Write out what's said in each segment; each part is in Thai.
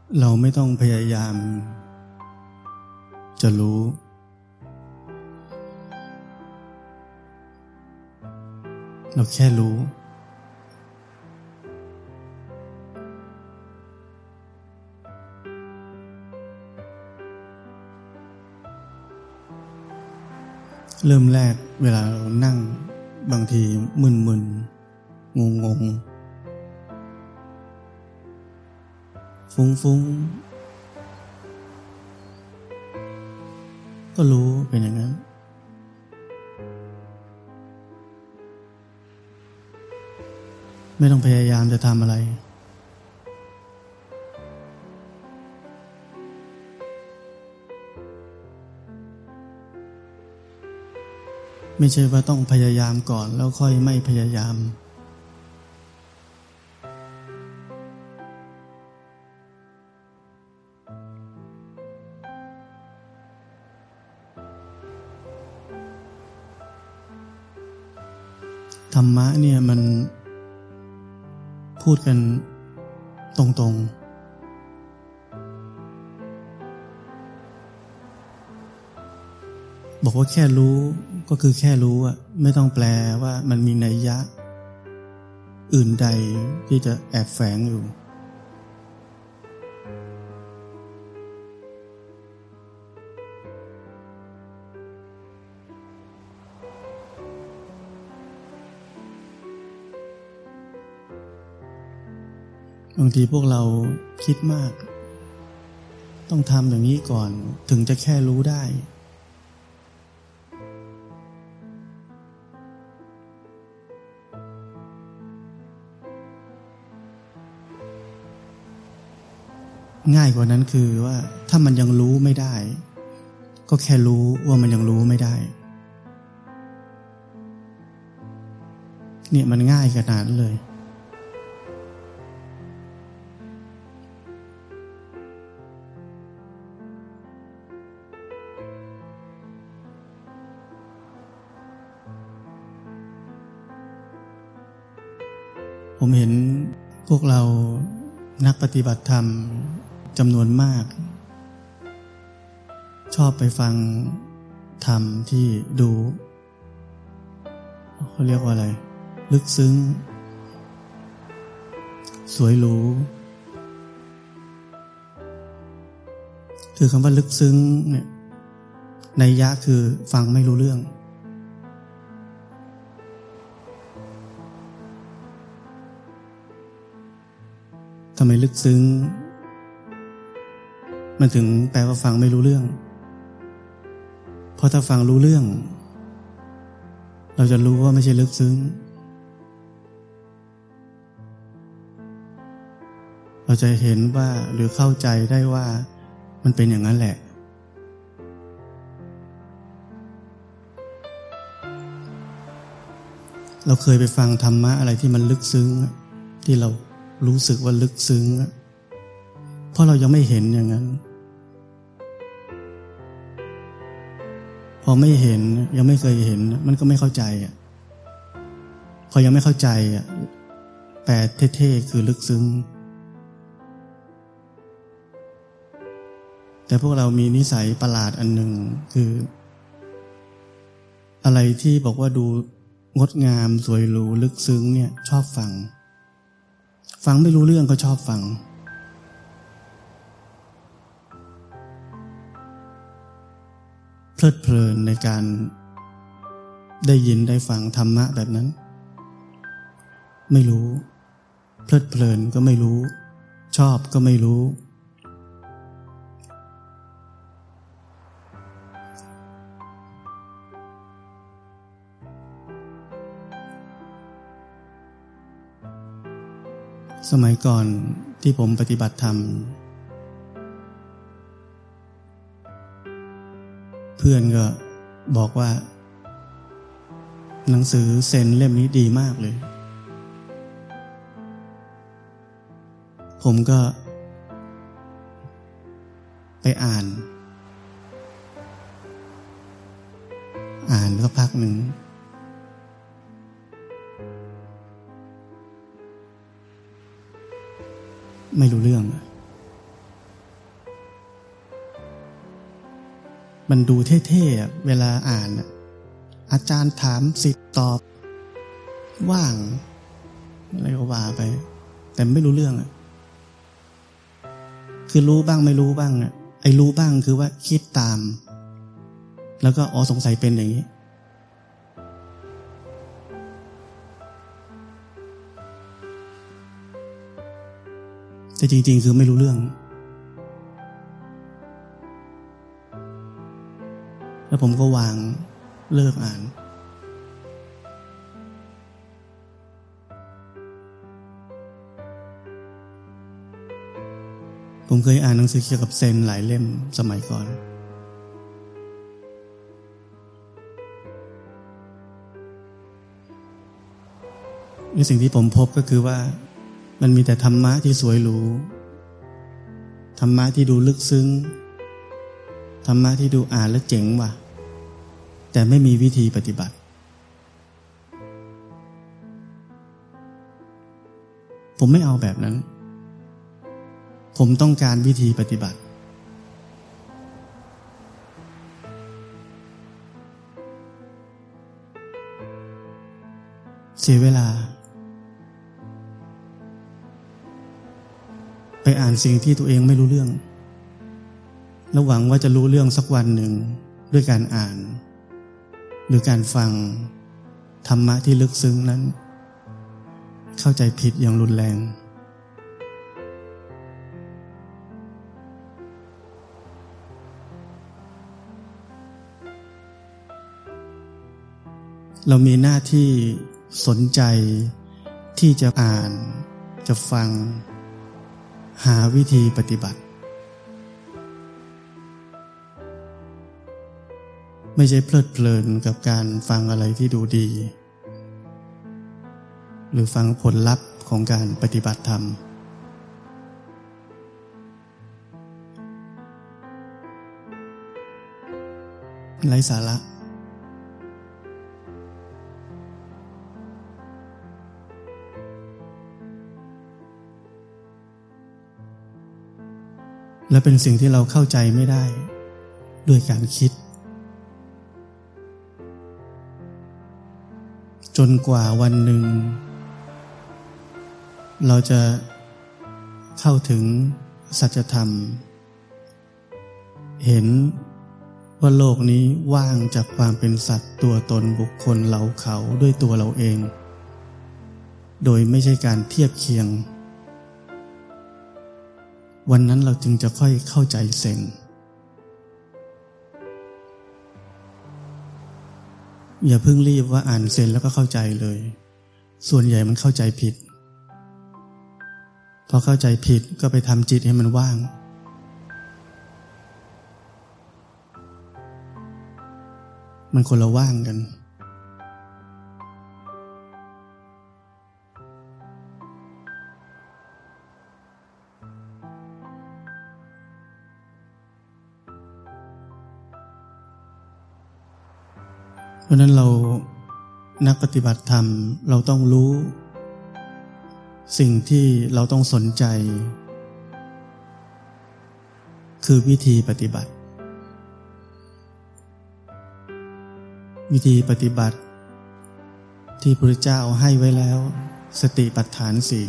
เราไม่ต้องพยายามจะรู้เราแค่รู้เริ่มแรกเวลาเรานั่งบางทีมึนๆงงๆฟุ้งๆก็รู้เป็นอย่างนั้นไม่ต้องพยายามจะทำอะไรไม่ใช่ว่าต้องพยายามก่อนแล้วค่อยไม่พยายามธรรมะเนี่ยมันพูดกันตรงๆบอกว่าแค่รู้ก็คือแค่รู้อะไม่ต้องแปลว่ามันมีนัยยะอื่นใดที่จะแอบแฝงอยู่บางทีพวกเราคิดมากต้องทำอย่างนี้ก่อนถึงจะแค่รู้ได้ง่ายกว่านั้นคือว่าถ้ามันยังรู้ไม่ได้ก็แค่รู้ว่ามันยังรู้ไม่ได้เนี่ยมันง่ายขนาดนั้นเลยผมเห็นพวกเรานักปฏิบัติธรรมจำนวนมากชอบไปฟังธรรมที่ดูเขาเรียกว่าอะไรลึกซึ้งสวยหรูคือคำว่าลึกซึ้งเนี่ยนัยยะคือฟังไม่รู้เรื่องทำไมลึกซึ้งมันถึงแปลว่าฟังไม่รู้เรื่องเพราะถ้าฟังรู้เรื่องเราจะรู้ว่าไม่ใช่ลึกซึ้งเราจะเห็นว่าหรือเข้าใจได้ว่ามันเป็นอย่างนั้นแหละเราเคยไปฟังธรรมะอะไรที่มันลึกซึ้งที่เรารู้สึกว่าลึกซึ้งเพราะเรายังไม่เห็นอย่างนั้นพอไม่เห็นยังไม่เคยเห็นมันก็ไม่เข้าใจพอยังไม่เข้าใจแปลเท่ๆคือลึกซึ้งแต่พวกเรามีนิสัยประหลาดอันหนึ่งคืออะไรที่บอกว่าดูงดงามสวยหรูลึกซึ้งเนี่ยชอบฟังไม่รู้เรื่องก็ชอบฟังเพลิดเพลินในการได้ยินได้ฟังธรรมะแบบนั้นไม่รู้เพลิดเพลินก็ไม่รู้ชอบก็ไม่รู้สมัยก่อนที่ผมปฏิบัติธรรมเพื่อนก็บอกว่าหนังสือเซนเล่มนี้ดีมากเลยผมก็ไปอ่านสักพักหนึ่งไม่รู้เรื่องมันดูเท่ๆเวลาอ่านอาจารย์ถามศิษย์ตอบว่างอะไรก็ว่าไปแต่ไม่รู้เรื่องคือรู้บ้างไม่รู้บ้างไอ้รู้บ้างคือว่าคิดตามแล้วก็สงสัยเป็นอย่างนี้แต่จริงๆคือไม่รู้เรื่องแล้วผมก็วางเลิกอ่านผมเคยอ่านหนังสือเกี่ยวกับเซนหลายเล่มสมัยก่อนสิ่งที่ผมพบก็คือว่ามันมีแต่ธรรมะที่สวยหรูธรรมะที่ดูลึกซึ้งธรรมะที่ดูอ่านแล้วเจ๋งว่ะแต่ไม่มีวิธีปฏิบัติผมไม่เอาแบบนั้นผมต้องการวิธีปฏิบัติเสียเวลาไปอ่านสิ่งที่ตัวเองไม่รู้เรื่องแล้วหวังว่าจะรู้เรื่องสักวันหนึ่งด้วยการอ่านหรือการฟังธรรมะที่ลึกซึ้งนั้นเข้าใจผิดอย่างรุนแรงเรามีหน้าที่สนใจที่จะอ่านจะฟังหาวิธีปฏิบัติไม่ใช่เพลิดเพลินกับการฟังอะไรที่ดูดีหรือฟังผลลัพธ์ของการปฏิบัติธรรมไร้สาระและเป็นสิ่งที่เราเข้าใจไม่ได้ด้วยการคิดจนกว่าวันหนึ่งเราจะเข้าถึงสัจธรรมเห็นว่าโลกนี้ว่างจากความเป็นสัตว์ตัวตนบุคคลเราเขาด้วยตัวเราเองโดยไม่ใช่การเทียบเคียงวันนั้นเราจึงจะค่อยเข้าใจเซนอย่าเพิ่งรีบว่าอ่านเซนแล้วก็เข้าใจเลยส่วนใหญ่มันเข้าใจผิดพอเข้าใจผิดก็ไปทำจิตให้มันว่างมันคนละว่างกันเพราะนั้นเรานักปฏิบัติธรรมเราต้องรู้สิ่งที่เราต้องสนใจคือวิธีปฏิบัติวิธีปฏิบัติที่พระพุทธเจ้าให้ไว้แล้วสติปัฏฐาน4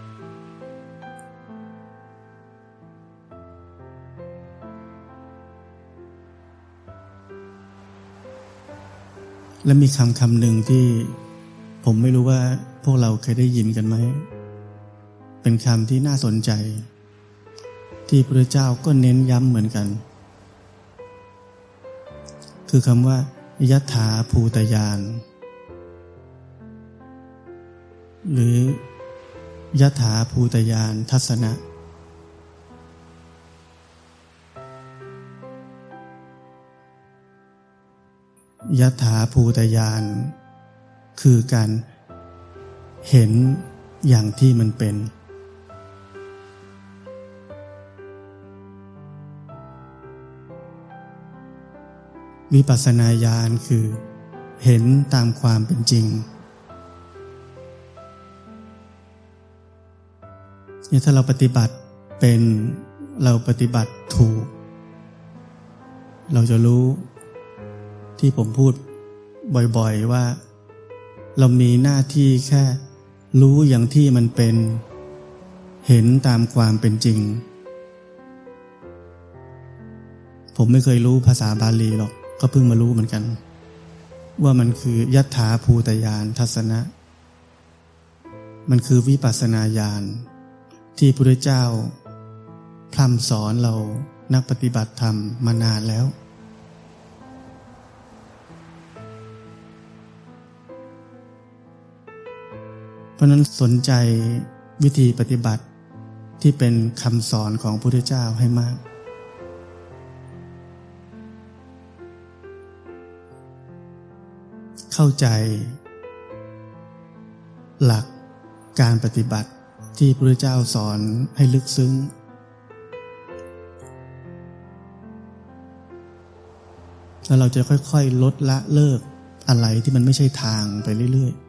และมีคำหนึ่งที่ผมไม่รู้ว่าพวกเราเคยได้ยินกันไหมเป็นคำที่น่าสนใจที่พระเจ้าก็เน้นย้ำเหมือนกันคือคำว่ายถาภูตญาณหรือยถาภูตญาณทัศนะยถาภูตญาณคือการเห็นอย่างที่มันเป็นวิปัสสนาญาณคือเห็นตามความเป็นจริงเนี่ยถ้าเราปฏิบัติเป็นเราปฏิบัติถูกเราจะรู้ที่ผมพูดบ่อยๆว่าเรามีหน้าที่แค่รู้อย่างที่มันเป็นเห็นตามความเป็นจริงผมไม่เคยรู้ภาษาบาลีหรอกก็เพิ่งมารู้เหมือนกันว่ามันคือยัตถาภูตญาณทัศนะมันคือวิปัสสนาญาณที่พระพุทธเจ้าพร่ำสอนเรานักปฏิบัติธรรมมานานแล้วเพราะนั้นสนใจวิธีปฏิบัติที่เป็นคำสอนของพระพุทธเจ้าให้มากเข้าใจหลักการปฏิบัติที่พระพุทธเจ้าสอนให้ลึกซึ้งแล้วเราจะค่อยๆลดละเลิกอะไรที่มันไม่ใช่ทางไปเรื่อยๆ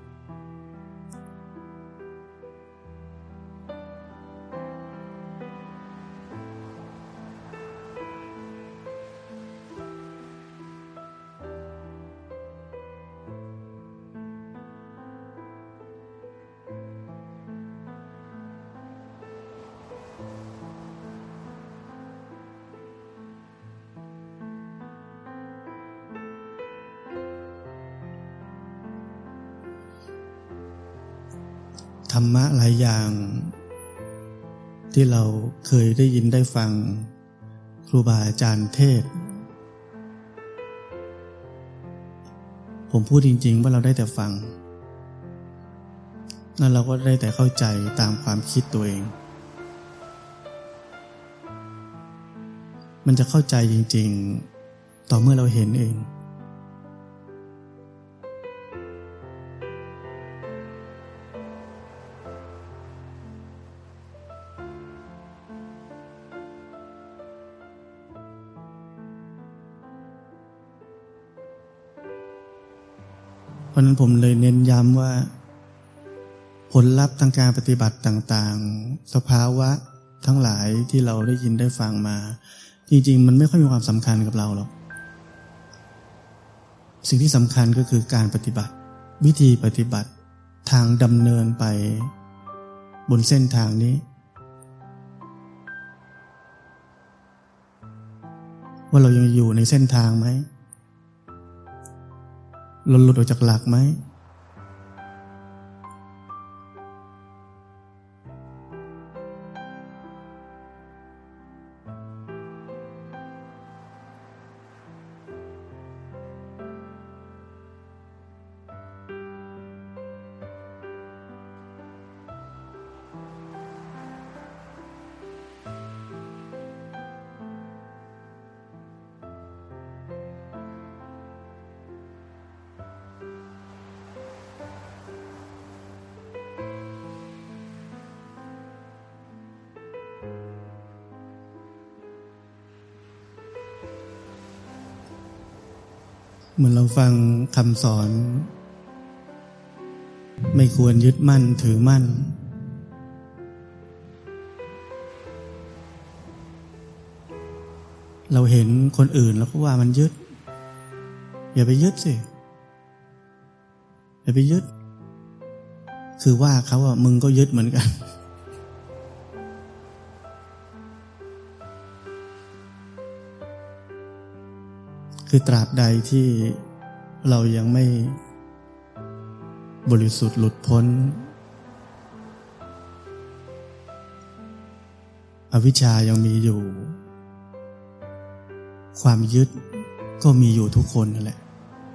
ธรรมะหลายอย่างที่เราเคยได้ยินได้ฟังครูบาอาจารย์เทศน์ผมพูดจริงๆว่าเราได้แต่ฟังแล้วเราก็ได้แต่เข้าใจตามความคิดตัวเองมันจะเข้าใจจริงๆต่อเมื่อเราเห็นเองเพราะนั้นผมเลยเน้นย้ำว่าผลลัพธ์ทางการปฏิบัติต่างๆสภาวะทั้งหลายที่เราได้ยินได้ฟังมาจริงๆมันไม่ค่อยมีความสำคัญกับเราหรอกสิ่งที่สำคัญก็คือการปฏิบัติวิธีปฏิบัติทางดำเนินไปบนเส้นทางนี้ว่าเรายังอยู่ในเส้นทางไหมเราหลุดออกจากหลักไหมเหมือนเราฟังคำสอนไม่ควรยึดมั่นถือมั่นเราเห็นคนอื่นแล้วก็ว่ามันยึดอย่าไปยึดสิอย่าไปยึดคือว่าเขาว่ามึงก็ยึดเหมือนกันคือตราบใดที่เรายังไม่บริสุทธิ์หลุดพ้นอวิชชายังมีอยู่ความยึดก็มีอยู่ทุกคนนั่นแหละ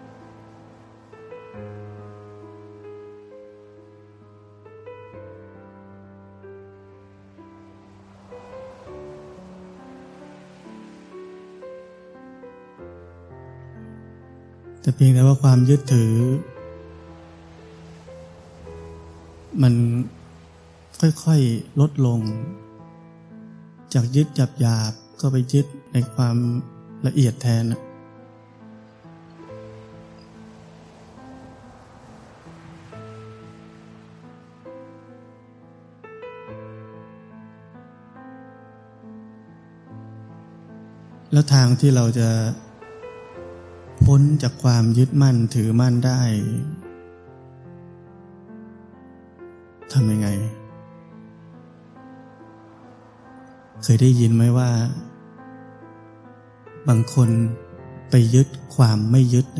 แต่เพียงแต่ว่าความยึดถือมันค่อยๆลดลงจากยึดหยาบๆก็ไปยึดในความละเอียดแทนแล้วทางที่เราจะพ้นจากความยึดมั่นถือมั่นได้ทำยังไงเคยได้ยินไหมว่าบางคนไปยึดความไม่ยึด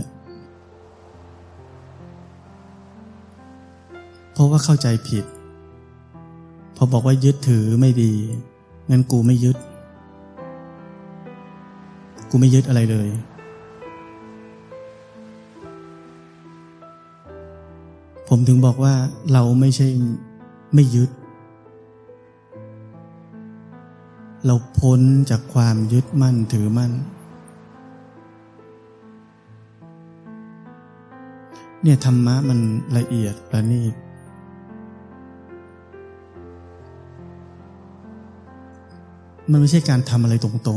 เพราะว่าเข้าใจผิดพอบอกว่ายึดถือไม่ดีงั้นกูไม่ยึดอะไรเลยผมถึงบอกว่าเราไม่ใช่ไม่ยึดเราพ้นจากความยึดมั่นถือมั่นเนี่ยธรรมะมันละเอียดประณีตมันไม่ใช่การทำอะไรตรง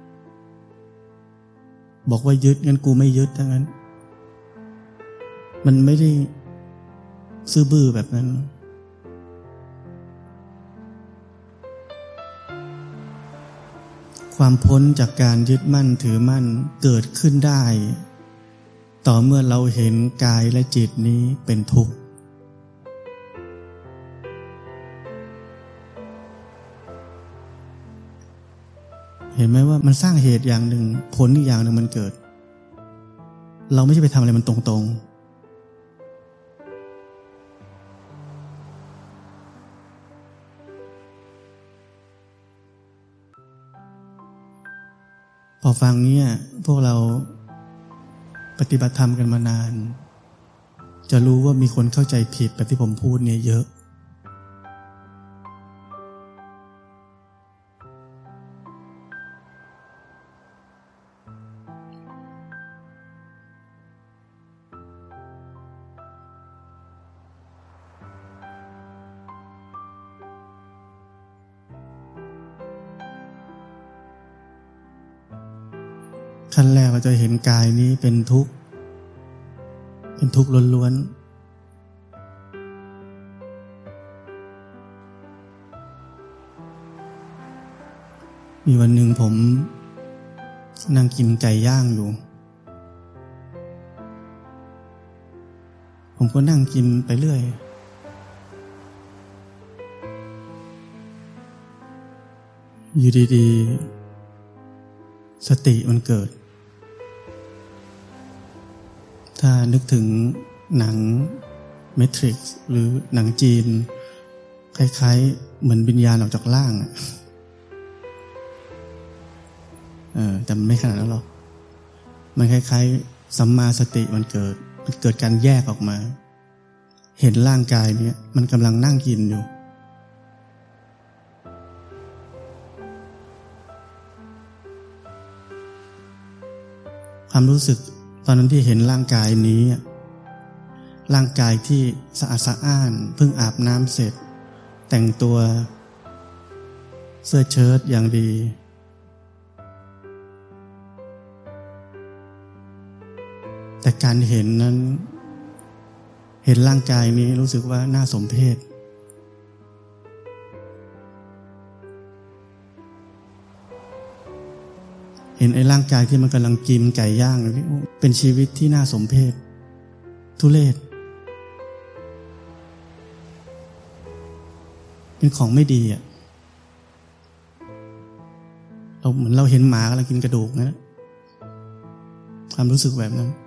ๆบอกว่ายึดงั้นกูไม่ยึดทั้งนั้นมันไม่ได้ซื่อบื้อแบบนั้นความพ้นจากการยึดมั่นถือมั่นเกิดขึ้นได้ต่อเมื่อเราเห็นกายและจิตนี้เป็นทุกข์เห็นไหมว่ามันสร้างเหตุอย่างหนึ่งผลอีกอย่างหนึ่งมันเกิดเราไม่ใช่ไปทำอะไรมันตรงๆพอฟังเนี่ยพวกเราปฏิบัติธรรมกันมานานจะรู้ว่ามีคนเข้าใจผิดแบบที่ผมพูดเนี่ยเยอะขั้นแรกเราจะเห็นกายนี้เป็นทุกข์ล้วนๆมีวันหนึ่งผมนั่งกินไก่ย่างอยู่ผมก็นั่งกินไปเรื่อยอยู่ดีๆสติมันเกิดถ้านึกถึงหนังเมทริกซ์หรือหนังจีนคล้ายๆเหมือนวิญญาณออกจากร่างแต่มันไม่ขนาดนั้นหรอกมันคล้ายๆสัมมาสติมันเกิดการแยกออกมาเห็นร่างกายนี้มันกำลังนั่งกินอยู่ความรู้สึกตอนนั้นที่เห็นร่างกายนี้ร่างกายที่สะอาดสะอ้านเพิ่งอาบน้ำเสร็จแต่งตัวเสื้อเชิ้ตอย่างดีแต่การเห็นนั้นเห็นร่างกายนี้รู้สึกว่าน่าสมเพชเห็นไอ้ร่างกายที่มันกำลังกินไก่ย่างเป็นชีวิตที่น่าสมเพชทุเรศเป็นของไม่ดีเราเหมือนเราเห็นหมากำลังกินกระดูกนะความรู้สึกแบบนั้น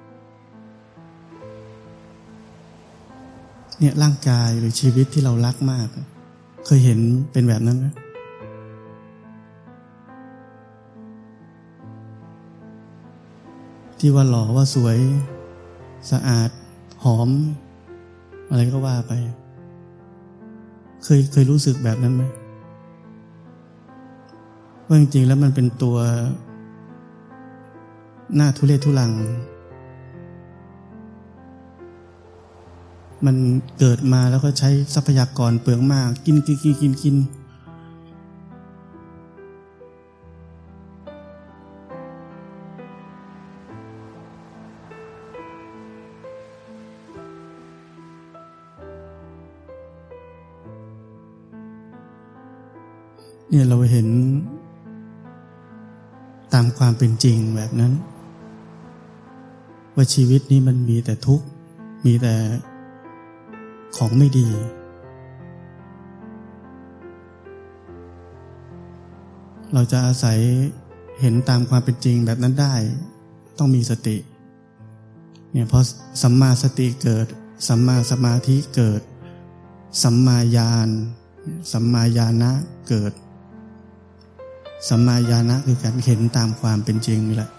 เนี่ยร่างกายหรือชีวิตที่เรารักมากเคยเห็นเป็นแบบนั้นไหมที่ว่าหล่อว่าสวยสะอาดหอมอะไรก็ว่าไปเคยรู้สึกแบบนั้นไหมว่าจริงๆแล้วมันเป็นตัวหน้าทุเรศทุรังมันเกิดมาแล้วก็ใช้ทรัพยากรเปลืองมากกินเนี่ยเราเห็นตามความเป็นจริงแบบนั้นว่าชีวิตนี้มันมีแต่ทุกข์มีแต่ของไม่ดีเราจะอาศัยเห็นตามความเป็นจริงแบบนั้นได้ต้องมีสติเนี่ยพอสัมมาสติเกิดสัมมาสมาธิเกิดสัมมาญาณสัมมาญาณะเกิดสัมมาญาณะคือการเห็นตามความเป็นจริงนี่แหละ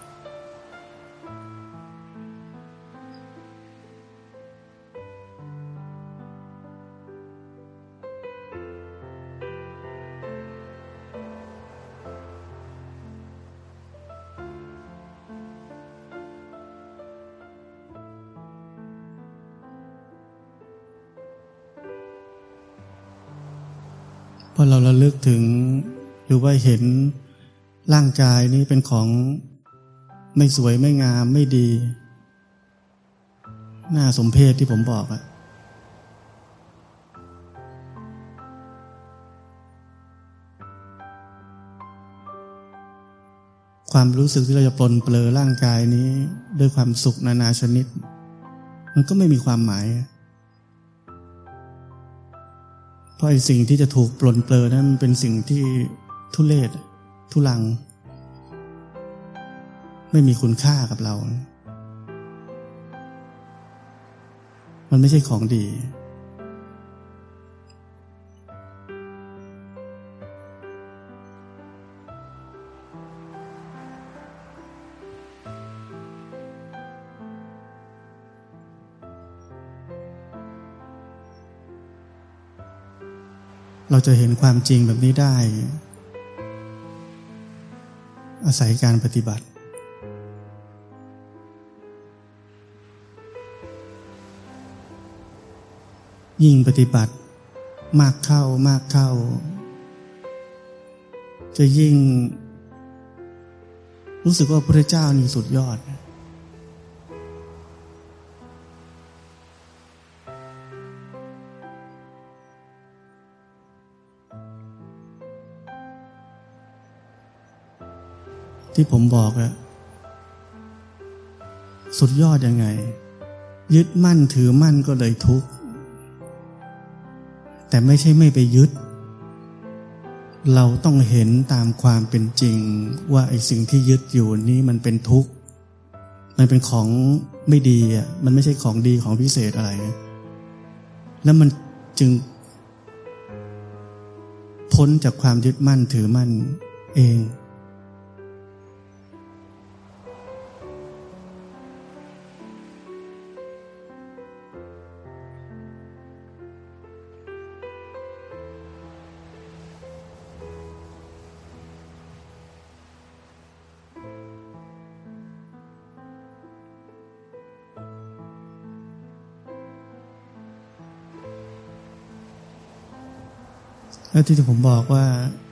พอเราระลึกถึงหรือว่าเห็นร่างกายนี้เป็นของไม่สวยไม่งามไม่ดีน่าสมเพชที่ผมบอกอะความรู้สึกที่เราจะปลนเปลือร่างกายนี้ด้วยความสุขนานาชนิดมันก็ไม่มีความหมายเพราะไอ้สิ่งที่จะถูกปลนเปลือนั้นมันเป็นสิ่งที่ทุเรศทุลังไม่มีคุณค่ากับเรามันไม่ใช่ของดีเราจะเห็นความจริงแบบนี้ได้อาศัยการปฏิบัติยิ่งปฏิบัติมากเข้าจะยิ่งรู้สึกว่าพระพุทธเจ้านี่สุดยอดที่ผมบอกอะสุดยอดยังไงยึดมั่นถือมั่นก็เลยทุกข์แต่ไม่ใช่ไม่ไปยึดเราต้องเห็นตามความเป็นจริงว่าไอ้สิ่งที่ยึดอยู่นี้มันเป็นทุกข์มันเป็นของไม่ดีอ่ะมันไม่ใช่ของดีของพิเศษอะไรแล้วมันจึงพ้นจากความยึดมั่นถือมั่นเองแล้วที่ผมบอกว่า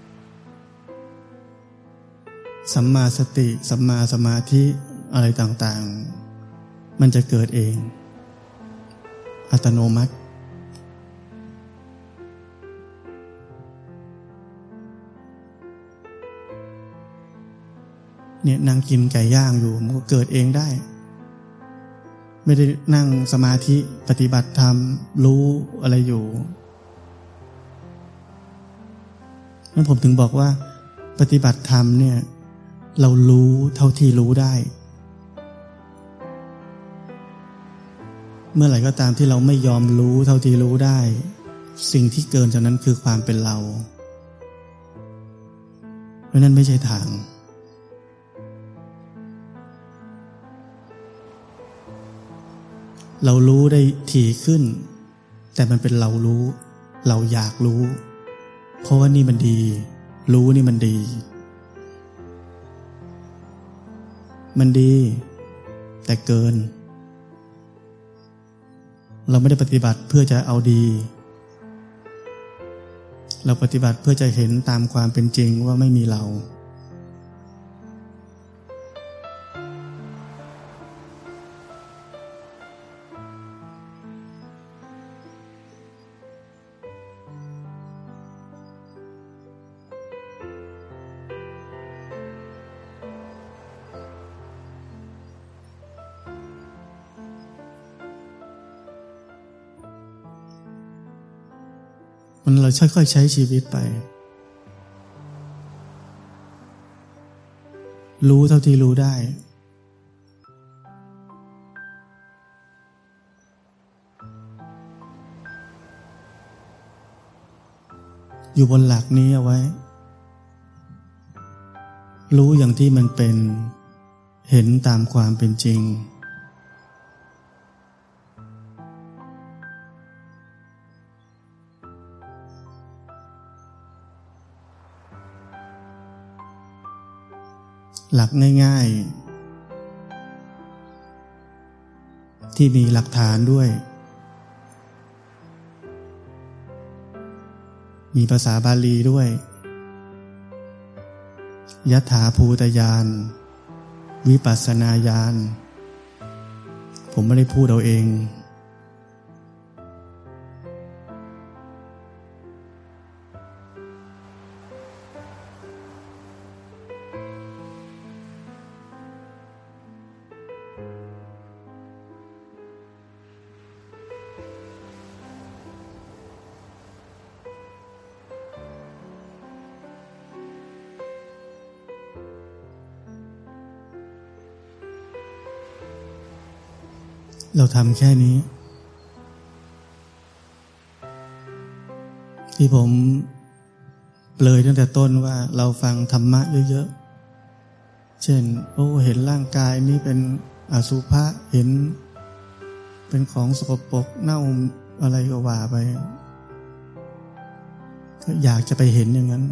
สัมมาสติสัมมาสมาธิอะไรต่างๆมันจะเกิดเองอัตโนมัติเนี่ยนั่งกินไก่ย่างอยู่มันก็เกิดเองได้ไม่ได้นั่งสมาธิปฏิบัติธรรมรู้อะไรอยู่นั่นผมถึงบอกว่าปฏิบัติธรรมเนี่ยเรารู้เท่าที่รู้ได้เมื่อไหร่ก็ตามที่เราไม่ยอมรู้เท่าที่รู้ได้สิ่งที่เกินจากนั้นคือความเป็นเราเพราะนั้นไม่ใช่ทางเรารู้ได้ถี่ขึ้นแต่มันเป็นเรารู้เราอยากรู้เพราะว่านี่มันดีรู้นี่มันดีแต่เกินเราไม่ได้ปฏิบัติเพื่อจะเอาดีเราปฏิบัติเพื่อจะเห็นตามความเป็นจริงว่าไม่มีเรามันเราค่อยๆใช้ชีวิตไปรู้เท่าที่รู้ได้อยู่บนหลักนี้เอาไว้รู้อย่างที่มันเป็นเห็นตามความเป็นจริงหลักง่ายๆที่มีหลักฐานด้วยมีภาษาบาลีด้วยยถาภูตญาณวิปัสสนาญาณผมไม่ได้พูดเอาเองเราทำแค่นี้ที่ผมเปรยตั้งแต่ต้นว่าเราฟังธรรมะเยอะๆเช่นเห็นร่างกายนี้เป็นอสุภะเห็นเป็นของสกปรกเน่าอะไรก็ว่าไปก็อยากจะไปเห็นอย่างนั้น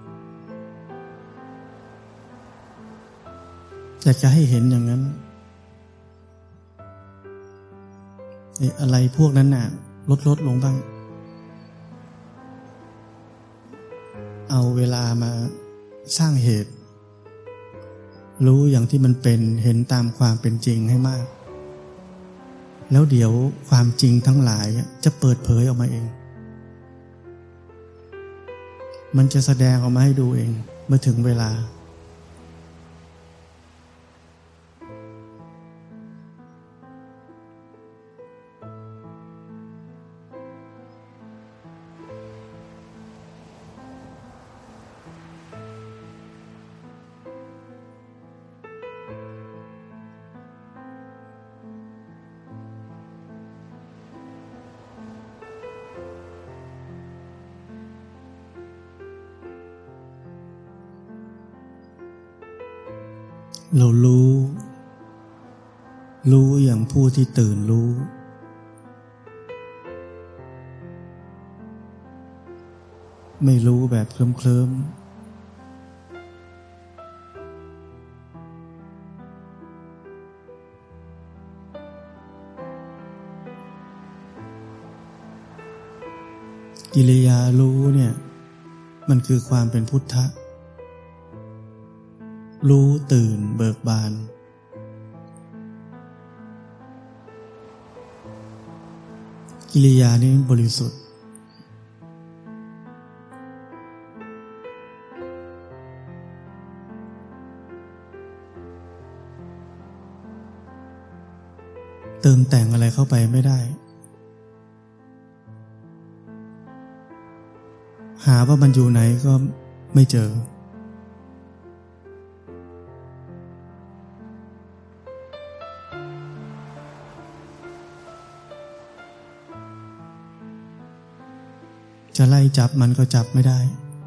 อยากจะให้เห็นอย่างนั้นอะไรพวกนั้นน่ะลดลงบ้างเอาเวลามาสร้างเหตุรู้อย่างที่มันเป็นเห็นตามความเป็นจริงให้มากแล้วเดี๋ยวความจริงทั้งหลายจะเปิดเผยออกมาเองมันจะแสดงออกมาให้ดูเองเมื่อถึงเวลาเรารู้อย่างผู้ที่ตื่นรู้ไม่รู้แบบเคลิ้มกิริยารู้เนี่ยมันคือความเป็นพุทธะรู้ตื่นเบิกบานกิริยานี้บริสุทธิ์เติมแต่งอะไรเข้าไปไม่ได้หาว่ามันอยู่ไหนก็ไม่เจอจะไล่จับมันก็จับไม่ได้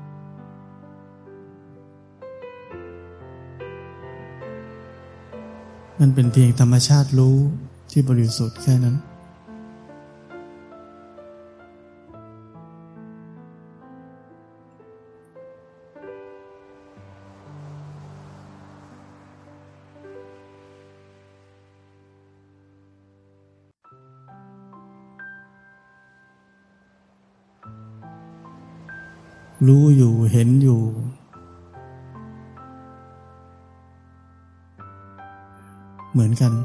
มันเป็นเพียงธรรมชาติรู้ที่บริสุทธิ์แค่นั้นรู้อยู่เห็นอยู่เหมือนกัน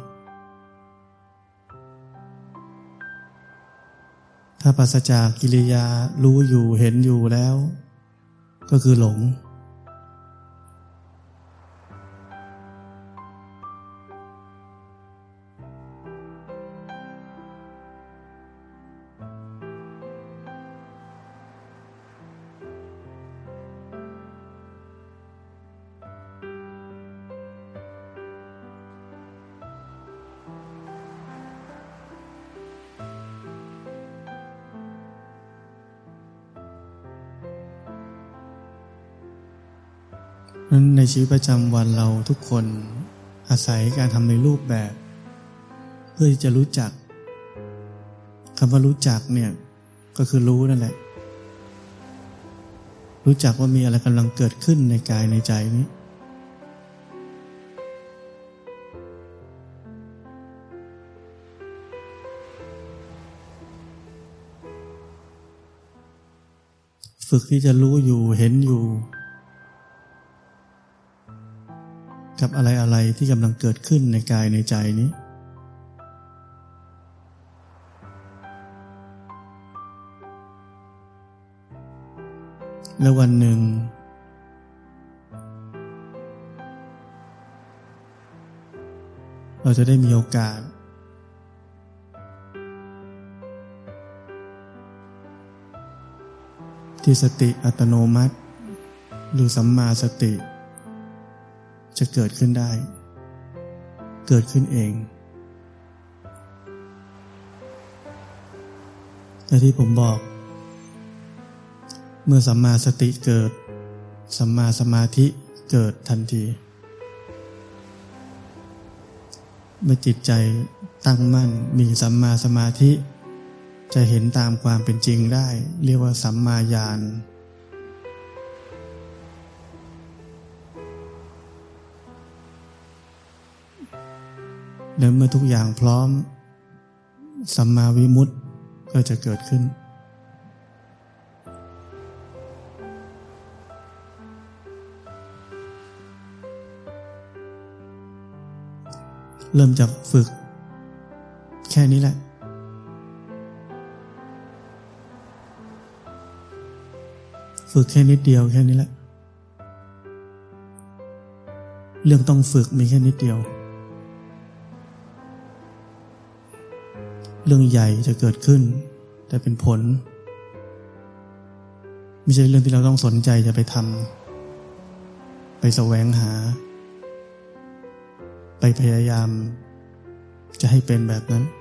ถ้าปราศจากกิริยารู้อยู่เห็นอยู่แล้วก็คือหลงนั้นในชีวิตประจำวันเราทุกคนอาศัยการทำในรูปแบบเพื่อที่จะรู้จักคำว่ารู้จักเนี่ยก็คือรู้นั่นแหละรู้จักว่ามีอะไรกำลังเกิดขึ้นในกายในใจนี้ฝึกที่จะรู้อยู่เห็นอยู่กับอะไรที่กำลังเกิดขึ้นในกายในใจนี้แล้ววันหนึ่งเราจะได้มีโอกาสที่สติอัตโนมัติหรือสัมมาสติจะเกิดขึ้นได้เกิดขึ้นเองและที่ผมบอกเมื่อสัมมาสติเกิดสัมมาสมาธิเกิดทันทีเมื่อจิตใจตั้งมั่นมีสัมมาสมาธิจะเห็นตามความเป็นจริงได้เรียกว่าสัมมาญาณและเมื่อทุกอย่างพร้อมสัมมาวิมุตติก็จะเกิดขึ้นเริ่มจากฝึกแค่นี้แหละฝึกแค่นิดเดียวแค่นี้แหละเรื่องต้องฝึกมีแค่นิดเดียวเรื่องใหญ่จะเกิดขึ้นแต่เป็นผลไม่ใช่เรื่องที่เราต้องสนใจจะไปทำไปแสวงหาไปพยายามจะให้เป็นแบบนั้น